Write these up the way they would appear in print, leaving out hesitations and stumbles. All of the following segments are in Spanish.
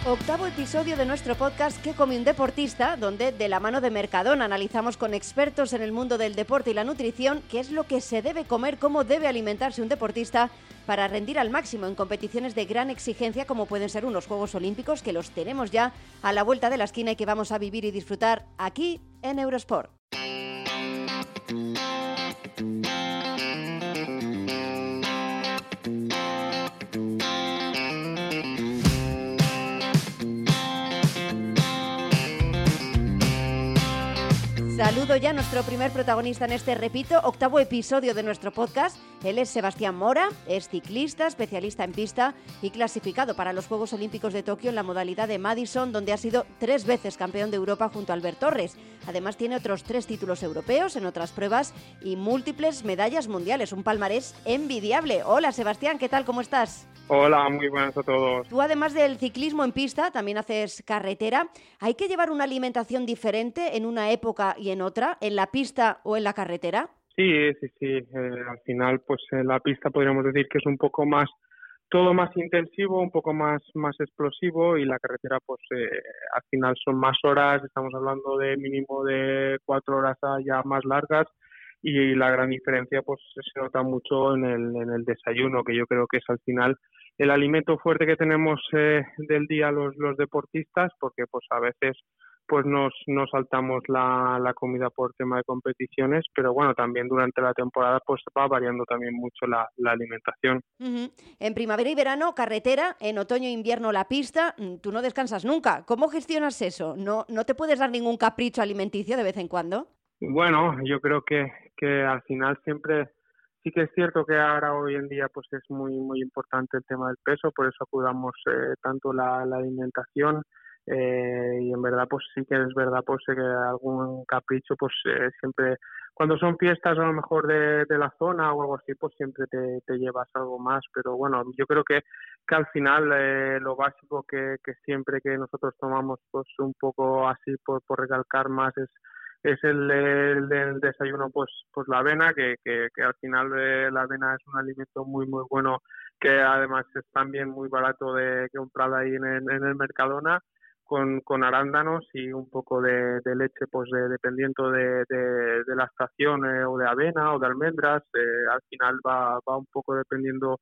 Octavo episodio de nuestro podcast ¿Qué come un deportista?, donde de la mano de Mercadona analizamos con expertos en el mundo del deporte y la nutrición qué es lo que se debe comer, cómo debe alimentarse un deportista para rendir al máximo en competiciones de gran exigencia como pueden ser unos Juegos Olímpicos, que los tenemos ya a la vuelta de la esquina y que vamos a vivir y disfrutar aquí en Eurosport. Saludo ya a nuestro primer protagonista en este, repito, octavo episodio de nuestro podcast. Él es Sebastián Mora, es ciclista, especialista en pista y clasificado para los Juegos Olímpicos de Tokio en la modalidad de Madison, donde ha sido 3 veces campeón de Europa junto a Albert Torres. Además tiene otros 3 títulos europeos en otras pruebas y múltiples medallas mundiales, un palmarés envidiable. Hola Sebastián, ¿qué tal? ¿Cómo estás? Hola, muy buenas a todos. Tú, además del ciclismo en pista, también haces carretera. ¿Hay que llevar una alimentación diferente en una época y en otra, en la pista o en la carretera? Sí. Al final, pues en la pista podríamos decir que es un poco más, todo más intensivo, un poco más explosivo, y la carretera, pues al final son más horas. Estamos hablando de mínimo de 4 horas ya más largas, y la gran diferencia pues se nota mucho en el desayuno, que yo creo que es al final el alimento fuerte que tenemos del día los deportistas, porque pues a veces pues nos saltamos la comida por tema de competiciones, pero bueno, también durante la temporada pues va variando también mucho la alimentación. Uh-huh. En primavera y verano, carretera; en otoño e invierno, la pista. Tú no descansas nunca. ¿Cómo gestionas eso? ¿No te puedes dar ningún capricho alimenticio de vez en cuando? Bueno, yo creo que al final siempre, sí que es cierto que ahora hoy en día pues es muy importante el tema del peso, por eso acudamos tanto la alimentación, y en verdad pues sí que es verdad pues que algún capricho pues siempre, cuando son fiestas a lo mejor de la zona o algo así, pues siempre te llevas algo más, pero bueno, yo creo que al final lo básico que siempre que nosotros tomamos pues un poco así por recalcar más es el del desayuno, pues la avena, que al final la avena es un alimento muy bueno, que además es también muy barato de comprar ahí en el Mercadona, con arándanos y un poco de leche, pues dependiendo de la estación, o de avena o de almendras. Al final va un poco dependiendo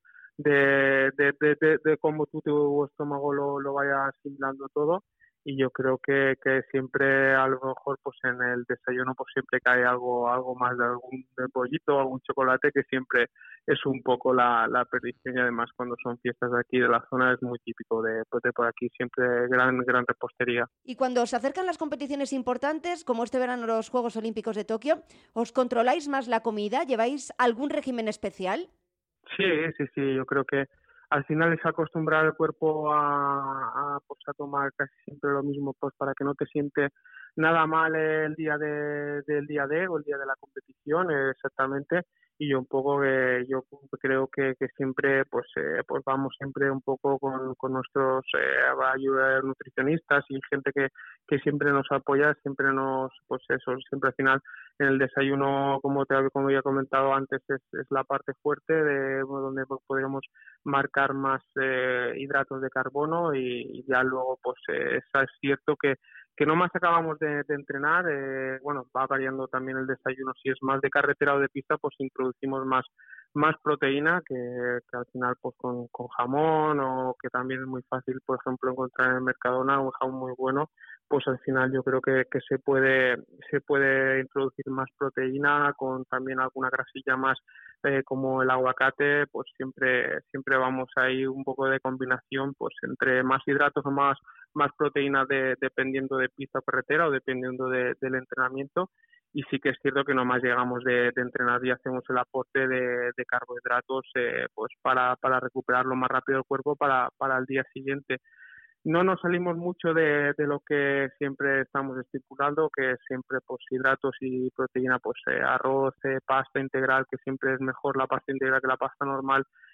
de cómo tu estómago lo vaya asimilando todo. Y yo creo que siempre, a lo mejor pues en el desayuno pues siempre cae algo más de algún de pollito, algún chocolate, que siempre es un poco la perdición. Y además cuando son fiestas de aquí de la zona es muy típico de por aquí siempre gran repostería. Y cuando se acercan las competiciones importantes, como este verano los Juegos Olímpicos de Tokio, ¿os controláis más la comida? ¿Lleváis algún régimen especial? Sí, yo creo que al final es acostumbrar al cuerpo pues a tomar casi siempre lo mismo, pues para que no te siente nada mal el día del día D o el día de la competición, exactamente. Y yo un poco yo creo que siempre pues vamos siempre un poco con nuestros nutricionistas y gente que siempre nos apoya, siempre pues eso, siempre al final en el desayuno, como ya he comentado antes, es la parte fuerte donde podríamos marcar más hidratos de carbono, y ya luego pues es cierto que no más acabamos de entrenar, bueno, va variando también el desayuno. Si es más de carretera o de pista, pues introducimos más proteína, que al final pues con jamón, o que también es muy fácil, por ejemplo, encontrar en el Mercadona un jamón muy bueno. Pues al final yo creo que se puede introducir más proteína con también alguna grasilla más, como el aguacate. Pues siempre vamos ahí un poco de combinación, pues entre más hidratos o más proteína dependiendo de pista o carretera, o dependiendo del entrenamiento. Y sí que es cierto que nomás llegamos de entrenar y hacemos el aporte de carbohidratos, pues para recuperar lo más rápido el cuerpo para el día siguiente. No nos salimos mucho de lo que siempre estamos estipulando, que siempre pues hidratos y proteína, pues arroz, pasta integral, que siempre es mejor la pasta integral que la pasta normal,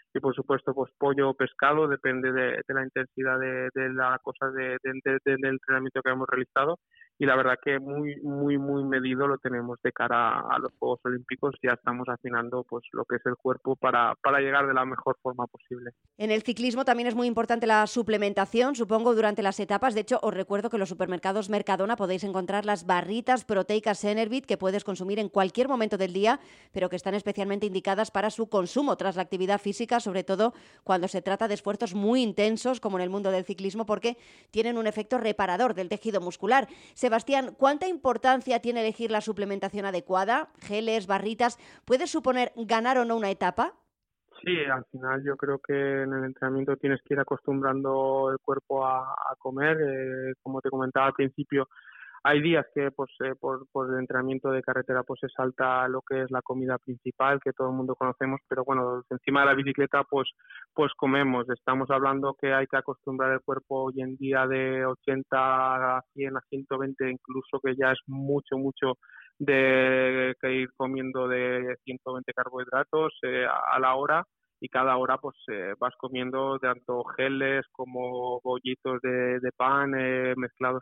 por supuesto pues pollo o pescado, depende de la intensidad de la cosa del entrenamiento que hemos realizado, y la verdad que muy medido lo tenemos de cara a los Juegos Olímpicos. Ya estamos afinando pues lo que es el cuerpo para llegar de la mejor forma posible. En el ciclismo también es muy importante la suplementación, supongo, durante las etapas. De hecho, os recuerdo que en los supermercados Mercadona podéis encontrar las barritas proteicas Enervit que puedes consumir en cualquier momento del día, pero que están especialmente indicadas para su consumo tras la actividad física, sobre todo cuando se trata de esfuerzos muy intensos, como en el mundo del ciclismo, porque tienen un efecto reparador del tejido muscular. Sebastián, ¿cuánta importancia tiene elegir la suplementación adecuada? Geles, barritas, ¿puede suponer ganar o no una etapa? Sí, al final yo creo que en el entrenamiento tienes que ir acostumbrando el cuerpo a comer. Como te comentaba al principio, hay días que por el entrenamiento de carretera pues se salta lo que es la comida principal que todo el mundo conocemos, pero bueno, encima de la bicicleta pues comemos. Estamos hablando que hay que acostumbrar el cuerpo hoy en día de 80 a 100 a 120, incluso, que ya es mucho de que ir comiendo de 120 carbohidratos a la hora, y cada hora pues vas comiendo tanto geles como bollitos de pan mezclados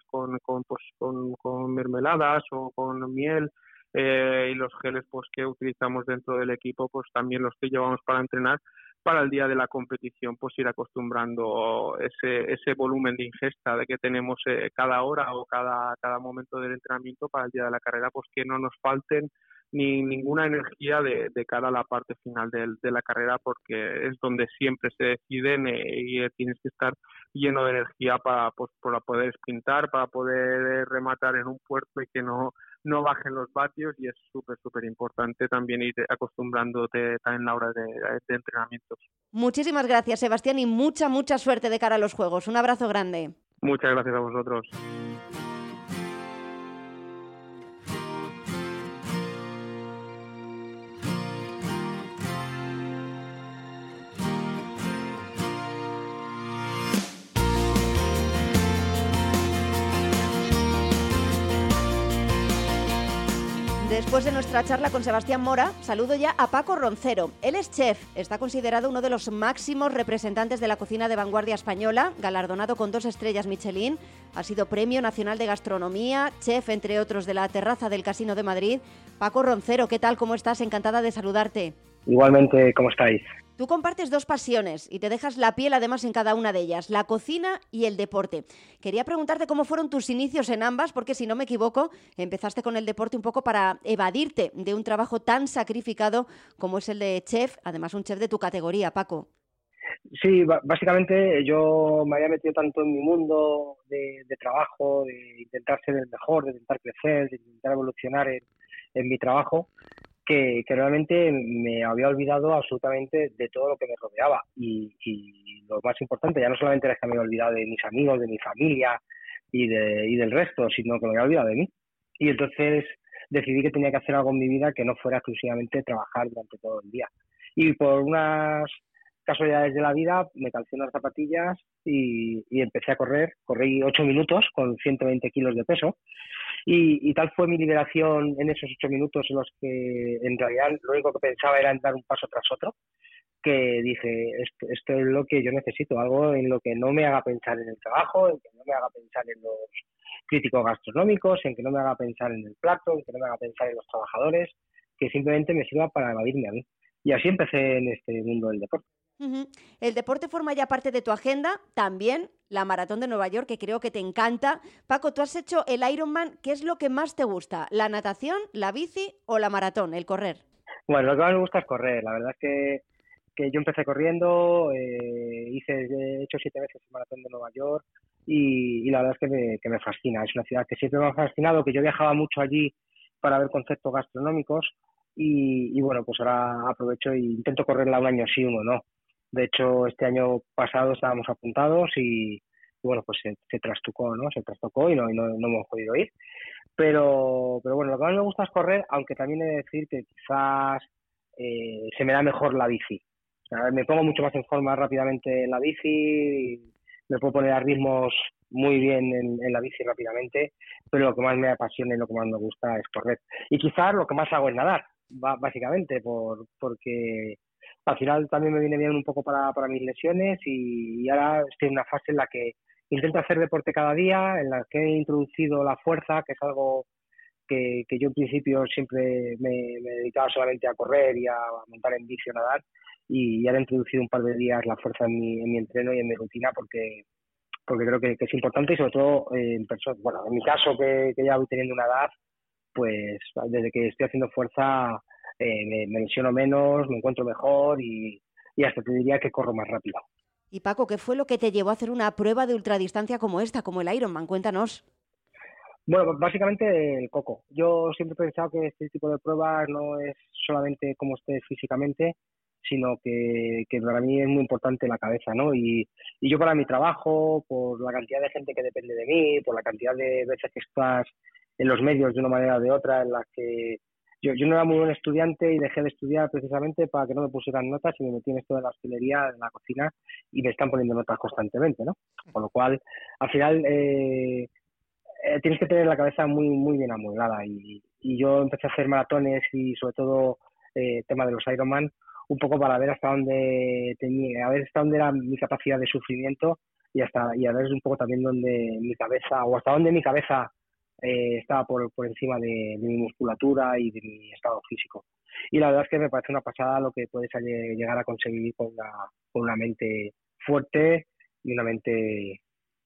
con mermeladas o con miel, y los geles pues que utilizamos dentro del equipo pues también los que llevamos para entrenar, para el día de la competición pues ir acostumbrando ese volumen de ingesta de que tenemos cada hora o cada momento del entrenamiento, para el día de la carrera pues que no nos falten ni ninguna energía de cara a la parte final de la carrera, porque es donde siempre se deciden y tienes que estar lleno de energía para poder sprintar, para poder rematar en un puerto y que no bajen los vatios, y es súper importante también ir acostumbrándote en la hora de entrenamientos. Muchísimas gracias, Sebastián, y mucha suerte de cara a los Juegos. Un abrazo grande. Muchas gracias a vosotros. Después de nuestra charla con Sebastián Mora, saludo ya a Paco Roncero. Él es chef, está considerado uno de los máximos representantes de la cocina de vanguardia española, galardonado con 2 estrellas Michelin, ha sido Premio Nacional de Gastronomía, chef, entre otros, de la Terraza del Casino de Madrid. Paco Roncero, ¿qué tal? ¿Cómo estás? Encantada de saludarte. Igualmente, ¿cómo estáis? Tú compartes 2 pasiones y te dejas la piel además en cada una de ellas, la cocina y el deporte. Quería preguntarte cómo fueron tus inicios en ambas, porque si no me equivoco, empezaste con el deporte un poco para evadirte de un trabajo tan sacrificado como es el de chef, además un chef de tu categoría, Paco. Sí, básicamente yo me había metido tanto en mi mundo de trabajo, de intentar ser el mejor, de intentar crecer, de intentar evolucionar en mi trabajo, que realmente me había olvidado absolutamente de todo lo que me rodeaba. Y lo más importante, ya no solamente era que me había olvidado de mis amigos, de mi familia y del resto, sino que me había olvidado de mí. Y entonces decidí que tenía que hacer algo en mi vida que no fuera exclusivamente trabajar durante todo el día. Y por unas casualidades de la vida me calcé unas zapatillas y empecé a correr. Corrí 8 minutos con 120 kilos de peso. Y tal fue mi liberación en esos 8 minutos, en los que en realidad lo único que pensaba era en dar un paso tras otro, que dije, esto es lo que yo necesito, algo en lo que no me haga pensar en el trabajo, en que no me haga pensar en los críticos gastronómicos, en que no me haga pensar en el plato, en que no me haga pensar en los trabajadores, que simplemente me sirva para evadirme a mí. Y así empecé en este mundo del deporte. Uh-huh. El deporte forma ya parte de tu agenda, también la Maratón de Nueva York, que creo que te encanta. Paco, tú has hecho el Ironman, ¿qué es lo que más te gusta? ¿La natación, la bici o la maratón, el correr? Bueno, lo que más me gusta es correr. La verdad es que yo empecé corriendo, he hecho 7 veces el Maratón de Nueva York y la verdad es que me fascina. Es una ciudad que siempre me ha fascinado, que yo viajaba mucho allí para ver conceptos gastronómicos y bueno, pues ahora aprovecho e intento correrla un año sí, uno no. De hecho, este año pasado estábamos apuntados y bueno, pues se trastocó, ¿no? Se trastocó y no hemos podido ir. Pero bueno, lo que más me gusta es correr, aunque también he de decir que quizás se me da mejor la bici. O sea, me pongo mucho más en forma rápidamente en la bici, me puedo poner a ritmos muy bien en la bici rápidamente, pero lo que más me apasiona y lo que más me gusta es correr. Y quizás lo que más hago es nadar, básicamente, porque al final también me viene bien un poco para mis lesiones y ahora estoy en una fase en la que intento hacer deporte cada día, en la que he introducido la fuerza, que es algo que yo en principio siempre me dedicaba solamente a correr y a montar en bici o nadar, y ahora he introducido un par de días la fuerza en mi entreno y en mi rutina porque creo que es importante y sobre todo en personas, bueno, en mi caso que ya voy teniendo una edad, pues desde que estoy haciendo fuerza me lesiono menos, me encuentro mejor y hasta te diría que corro más rápido. Y Paco, ¿qué fue lo que te llevó a hacer una prueba de ultradistancia como esta, como el Ironman? Cuéntanos. Bueno, básicamente el coco. Yo siempre he pensado que este tipo de pruebas no es solamente cómo estés físicamente, sino que para mí es muy importante la cabeza, ¿no? Y yo para mi trabajo, por la cantidad de gente que depende de mí, por la cantidad de veces que estás en los medios de una manera o de otra, en las que yo no era muy buen estudiante y dejé de estudiar precisamente para que no me pusieran notas y me metí en esto de la hostelería, en la cocina, y me están poniendo notas constantemente, ¿no? Con lo cual, al final, tienes que tener la cabeza muy, muy bien amueblada y yo empecé a hacer maratones y sobre todo tema de los Ironman un poco para ver hasta dónde tenía, a ver hasta dónde era mi capacidad de sufrimiento y a ver un poco también dónde mi cabeza o hasta dónde mi cabeza estaba por encima de mi musculatura y de mi estado físico. Y la verdad es que me parece una pasada lo que puedes llegar a conseguir con una mente fuerte y una mente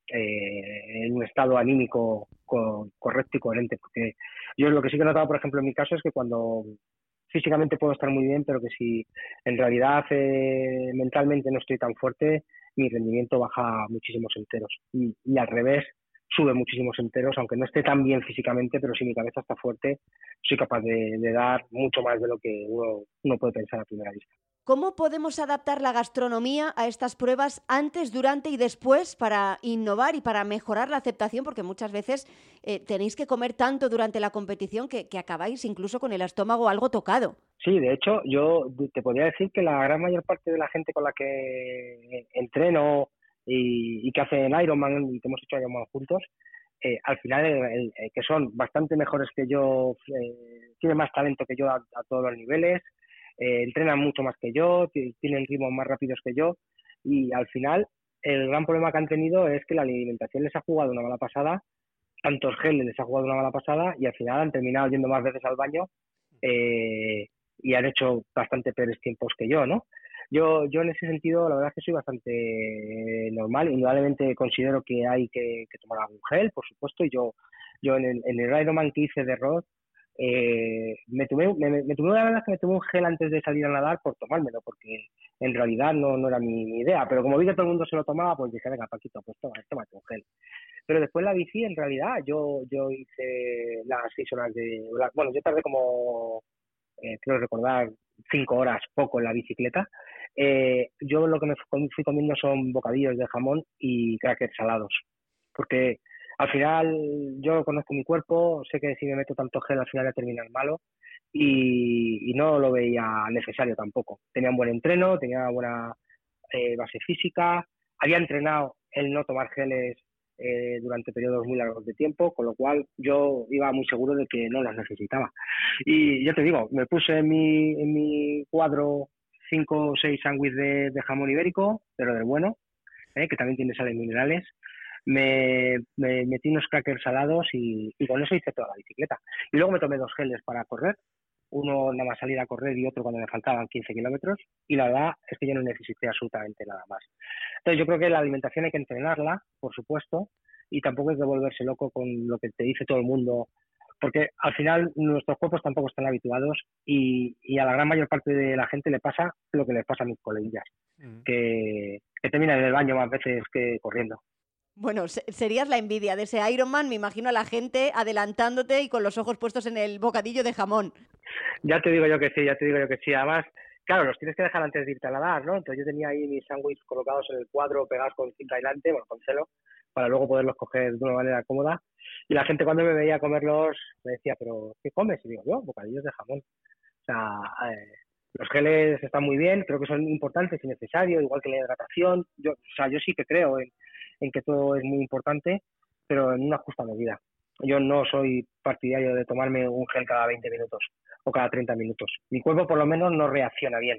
en un estado anímico correcto y coherente, porque yo lo que sí que he notado, por ejemplo, en mi caso es que cuando físicamente puedo estar muy bien, pero que si en realidad mentalmente no estoy tan fuerte, mi rendimiento baja muchísimos enteros y al revés, sube muchísimos enteros, aunque no esté tan bien físicamente, pero si mi cabeza está fuerte, soy capaz de dar mucho más de lo que uno puede pensar a primera vista. ¿Cómo podemos adaptar la gastronomía a estas pruebas antes, durante y después para innovar y para mejorar la aceptación? Porque muchas veces tenéis que comer tanto durante la competición que acabáis incluso con el estómago algo tocado. Sí, de hecho, yo te podría decir que la gran mayor parte de la gente con la que entreno y que hacen Ironman y que hemos hecho Ironman juntos, al final, que son bastante mejores que yo, tienen más talento que yo a todos los niveles, entrenan mucho más que yo, tienen ritmos más rápidos que yo y al final el gran problema que han tenido es que la alimentación les ha jugado una mala pasada, tantos geles les ha jugado una mala pasada y al final han terminado yendo más veces al baño y han hecho bastante peores tiempos que yo, ¿no? Yo en ese sentido, la verdad es que soy bastante normal. Indudablemente considero que hay que tomar algún gel, por supuesto, y yo en el Ironman que hice de Roth, me tomé la verdad que me tomé un gel antes de salir a nadar por tomármelo, porque en realidad no era mi idea, pero como vi que todo el mundo se lo tomaba, pues dije, venga, Paquito, pues tómate un gel. Pero después la bici, en realidad, yo hice las 6 horas bueno, yo tardé como, creo recordar, 5 horas, poco en la bicicleta. Yo lo que me fui comiendo son bocadillos de jamón y crackers salados, porque al final yo conozco mi cuerpo, sé que si me meto tanto gel al final ya termina el malo y no lo veía necesario tampoco. Tenía un buen entreno, tenía buena base física, había entrenado el no tomar geles durante periodos muy largos de tiempo, con lo cual yo iba muy seguro de que no los necesitaba. Y yo te digo, me puse en mi cuadro 5 o 6 sándwiches de jamón ibérico, pero del bueno, que también tiene sales minerales. Me metí unos crackers salados y con eso hice toda la bicicleta. Y luego me tomé 2 geles para correr, uno nada más salir a correr y otro cuando me faltaban 15 kilómetros, y la verdad es que yo no necesité absolutamente nada más. Entonces yo creo que la alimentación hay que entrenarla, por supuesto, y tampoco hay que volverse loco con lo que te dice todo el mundo, porque al final nuestros cuerpos tampoco están habituados y a la gran mayor parte de la gente le pasa lo que les pasa a mis coleguillas, que terminan en el baño más veces que corriendo. Bueno, serías la envidia de ese Ironman, me imagino a la gente adelantándote y con los ojos puestos en el bocadillo de jamón. Ya te digo yo que sí, Además, claro, los tienes que dejar antes de irte a nadar, ¿no? Entonces yo tenía ahí mis sándwiches colocados en el cuadro, pegados con cinta aislante, bueno, con celo, para luego poderlos coger de una manera cómoda. Y la gente cuando me veía comerlos me decía, ¿pero qué comes? Y digo, yo, bocadillos de jamón. O sea, los geles están muy bien, creo que son importantes y necesarios, igual que la hidratación. Yo sí que creo en que todo es muy importante, pero en una justa medida. Yo no soy partidario de tomarme un gel cada 20 minutos o cada 30 minutos. Mi cuerpo por lo menos no reacciona bien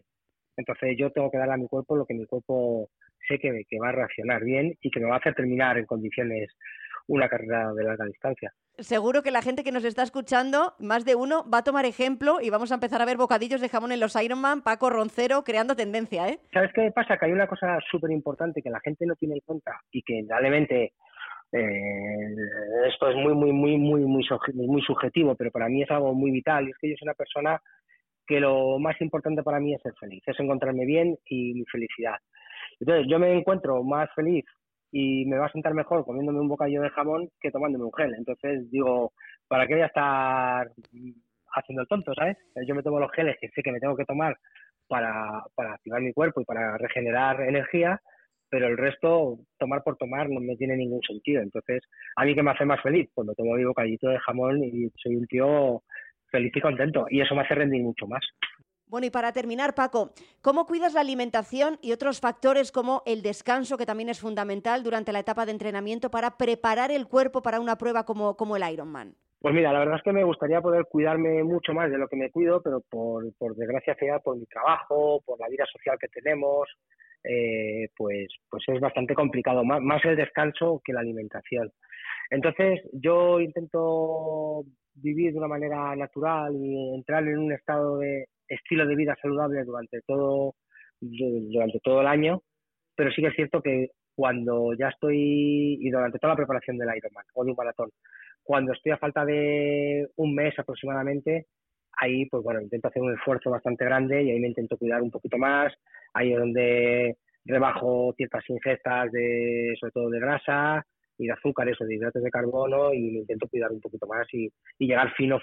Entonces yo tengo que darle a mi cuerpo lo que mi cuerpo sé que va a reaccionar bien y que me va a hacer terminar en condiciones una carrera de larga distancia. Seguro que la gente que nos está escuchando, más de uno, va a tomar ejemplo y vamos a empezar a ver bocadillos de jamón en los Ironman, Paco Roncero creando tendencia, ¿eh? ¿Sabes qué pasa? Que hay una cosa súper importante que la gente no tiene en cuenta y que indudablemente esto es muy subjetivo, pero para mí es algo muy vital, y es que yo soy una persona que lo más importante para mí es ser feliz, es encontrarme bien y mi felicidad. Entonces yo me encuentro más feliz y me va a sentar mejor comiéndome un bocadillo de jamón que tomándome un gel. Entonces digo, ¿para qué voy a estar haciendo el tonto, sabes? Yo me tomo los geles que sé que me tengo que tomar para activar mi cuerpo y para regenerar energía, pero el resto, tomar por tomar, no me tiene ningún sentido. Entonces, ¿a mí qué me hace más feliz? Pues me tomo mi bocadillito de jamón y soy un tío feliz y contento, y eso me hace rendir mucho más. Bueno, y para terminar, Paco, ¿cómo cuidas la alimentación y otros factores como el descanso, que también es fundamental durante la etapa de entrenamiento para preparar el cuerpo para una prueba como el Ironman? Pues mira, la verdad es que me gustaría poder cuidarme mucho más de lo que me cuido, pero por desgracia, por mi trabajo, por la vida social que tenemos, pues es bastante complicado, más el descanso que la alimentación. Entonces yo intento vivir de una manera natural y entrar en un estado de estilo de vida saludable durante todo el año, pero sí que es cierto que cuando ya estoy, y durante toda la preparación del Ironman o de un maratón, cuando estoy a falta de un mes aproximadamente, ahí pues bueno, intento hacer un esfuerzo bastante grande y ahí me intento cuidar un poquito más, ahí es donde rebajo ciertas ingestas sobre todo de grasa y de azúcares o de hidratos de carbono, y me intento cuidar un poquito más y llegar fino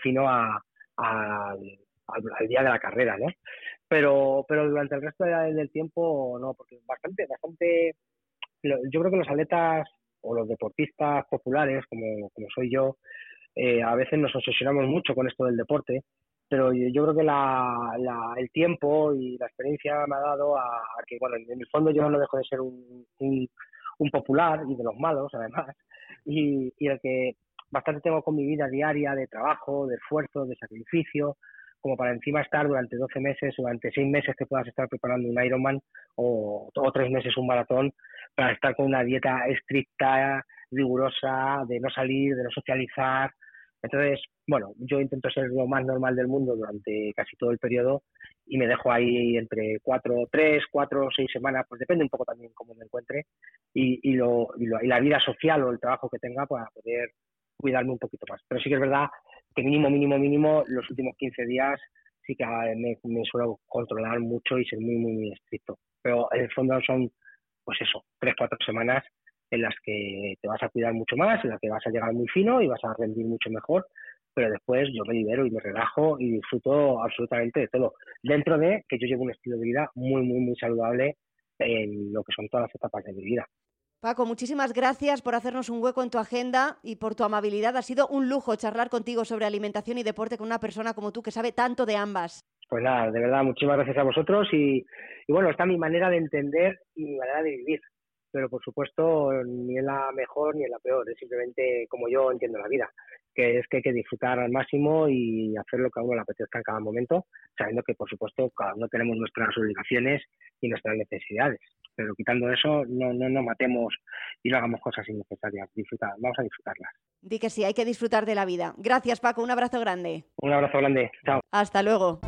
al día de la carrera, ¿no? Pero durante el resto del tiempo no, porque bastante, yo creo que los atletas o los deportistas populares, como soy yo, a veces nos obsesionamos mucho con esto del deporte, pero yo creo que el tiempo y la experiencia me ha dado a que, bueno, en el fondo yo no dejo de ser un popular, y de los malos además, y el que bastante tengo con mi vida diaria de trabajo, de esfuerzo, de sacrificio, como para encima estar durante 12 meses o durante 6 meses que puedas estar preparando un Ironman o 3 meses un maratón, para estar con una dieta estricta, rigurosa, de no salir, de no socializar. Entonces, bueno, yo intento ser lo más normal del mundo durante casi todo el periodo y me dejo ahí entre 3, 4, 6 semanas, pues depende un poco también cómo me encuentre, y la vida social o el trabajo que tenga para poder cuidarme un poquito más. Pero sí que es verdad que mínimo, los últimos 15 días sí que me suelo controlar mucho y ser muy estricto. Pero en el fondo son, pues eso, 3, 4 semanas en las que te vas a cuidar mucho más, en las que vas a llegar muy fino y vas a rendir mucho mejor, pero después yo me libero y me relajo y disfruto absolutamente de todo, dentro de que yo llevo un estilo de vida muy saludable en lo que son todas las etapas de mi vida. Paco, muchísimas gracias por hacernos un hueco en tu agenda y por tu amabilidad. Ha sido un lujo charlar contigo sobre alimentación y deporte con una persona como tú que sabe tanto de ambas. Pues nada, de verdad, muchísimas gracias a vosotros y bueno, está mi manera de entender y mi manera de vivir, pero por supuesto ni es la mejor ni es la peor, es simplemente como yo entiendo la vida, que es que hay que disfrutar al máximo y hacer lo que a uno le apetezca en cada momento, sabiendo que por supuesto cada uno tenemos nuestras obligaciones y nuestras necesidades, pero quitando eso no matemos y no hagamos cosas innecesarias, vamos a disfrutarlas. Di que sí, hay que disfrutar de la vida. Gracias, Paco, un abrazo grande. Un abrazo grande, chao. Hasta luego.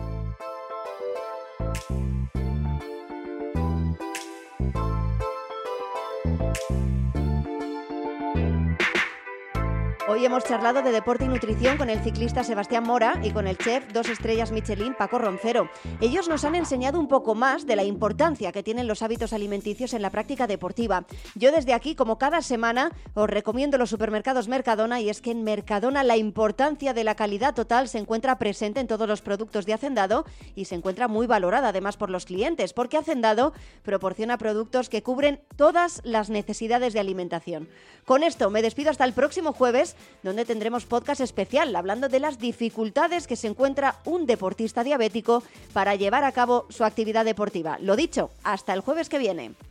Hoy hemos charlado de deporte y nutrición con el ciclista Sebastián Mora y con el chef 2 estrellas Michelin Paco Roncero. Ellos nos han enseñado un poco más de la importancia que tienen los hábitos alimenticios en la práctica deportiva. Yo desde aquí, como cada semana, os recomiendo los supermercados Mercadona, y es que en Mercadona la importancia de la calidad total se encuentra presente en todos los productos de Hacendado y se encuentra muy valorada además por los clientes, porque Hacendado proporciona productos que cubren todas las necesidades de alimentación. Con esto me despido hasta el próximo jueves, donde tendremos podcast especial hablando de las dificultades que se encuentra un deportista diabético para llevar a cabo su actividad deportiva. Lo dicho, hasta el jueves que viene.